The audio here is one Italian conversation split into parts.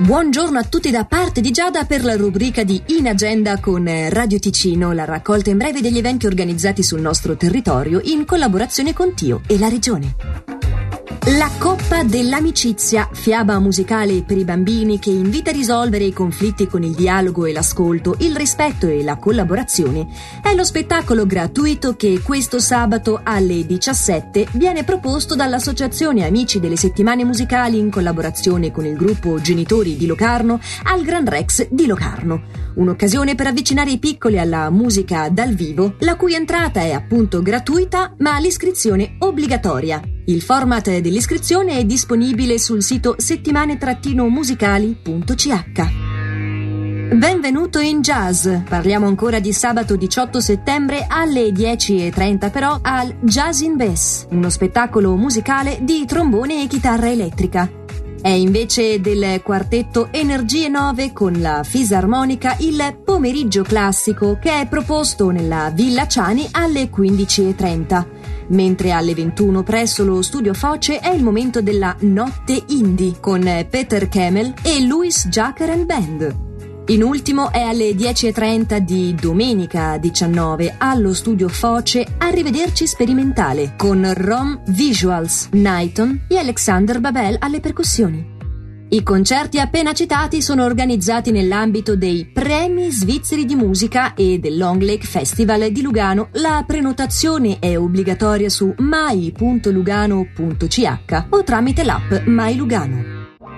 Buongiorno a tutti da parte di Giada per la rubrica di In Agenda con Radio Ticino, la raccolta in breve degli eventi organizzati sul nostro territorio in collaborazione con Tio e la Regione. La Coppa dell'Amicizia, fiaba musicale per i bambini che invita a risolvere i conflitti con il dialogo e l'ascolto, il rispetto e la collaborazione, è lo spettacolo gratuito che questo sabato alle 17 viene proposto dall'Associazione Amici delle Settimane Musicali in collaborazione con il gruppo Genitori di Locarno al Gran Rex di Locarno. Un'occasione per avvicinare i piccoli alla musica dal vivo, la cui entrata è appunto gratuita, ma l'iscrizione obbligatoria. Il format dell'iscrizione è disponibile sul sito settimane-musicali.ch. Benvenuto in Jazz. Parliamo ancora di sabato 18 settembre alle 10:30 però al Jazz in Bass, uno spettacolo musicale di trombone e chitarra elettrica. È invece del quartetto Energie 9 con la fisarmonica il pomeriggio classico che è proposto nella Villa Ciani alle 15:30, mentre alle 21 presso lo Studio Foce è il momento della Notte Indie con Peter Kemmel e Louis Jacker and Band. In ultimo è alle 10:30 di domenica 19 allo Studio Foce Arrivederci Sperimentale con Rom Visuals, Nighton e Alexander Babel alle percussioni. I concerti appena citati sono organizzati nell'ambito dei Premi Svizzeri di Musica e del Long Lake Festival di Lugano. La prenotazione è obbligatoria su mai.lugano.ch o tramite l'app My Lugano.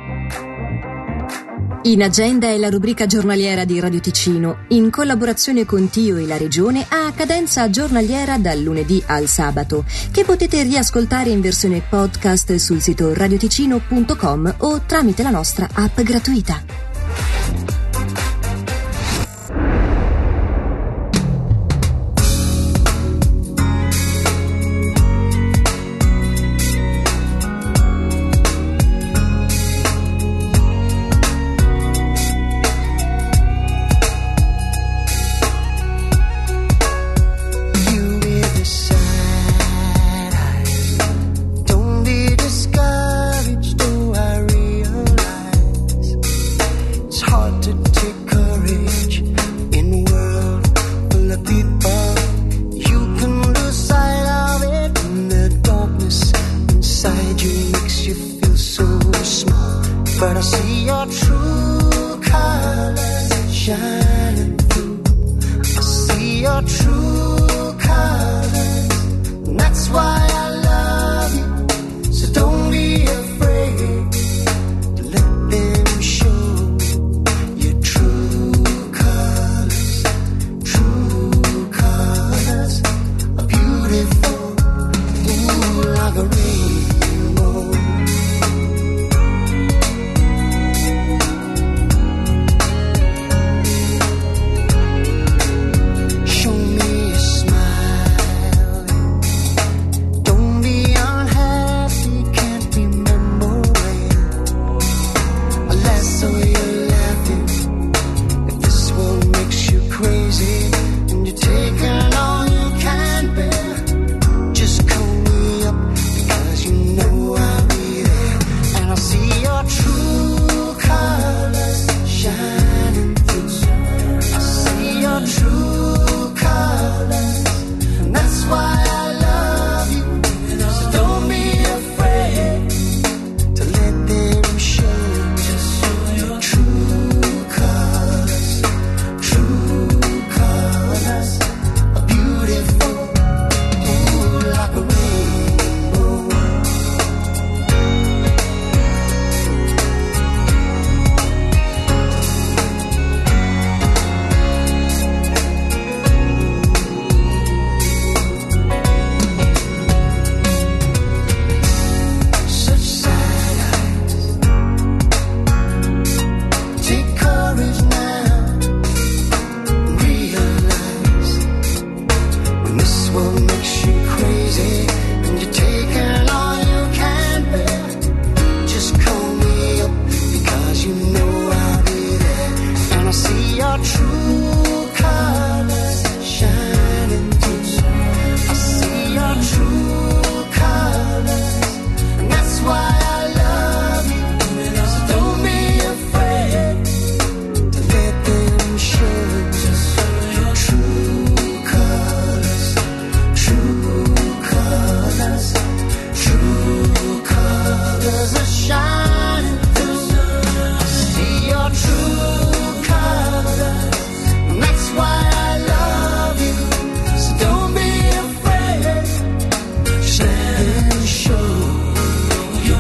In Agenda è la rubrica giornaliera di Radio Ticino, in collaborazione con Tio e la Regione, a cadenza giornaliera dal lunedì al sabato, che potete riascoltare in versione podcast sul sito radioticino.com o tramite la nostra app gratuita. But I see your true colors shining through. I see your true colors, and that's why I love you. So don't be afraid to let them show your true colors. True colors are beautiful, ooh, like a rainbow.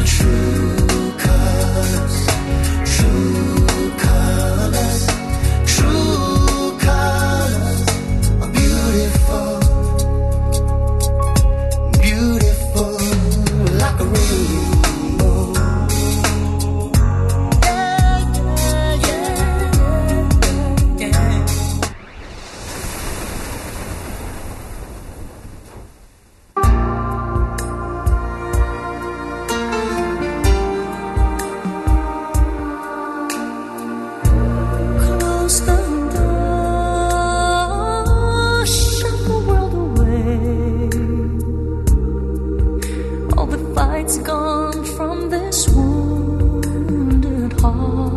It's gone from this wounded heart.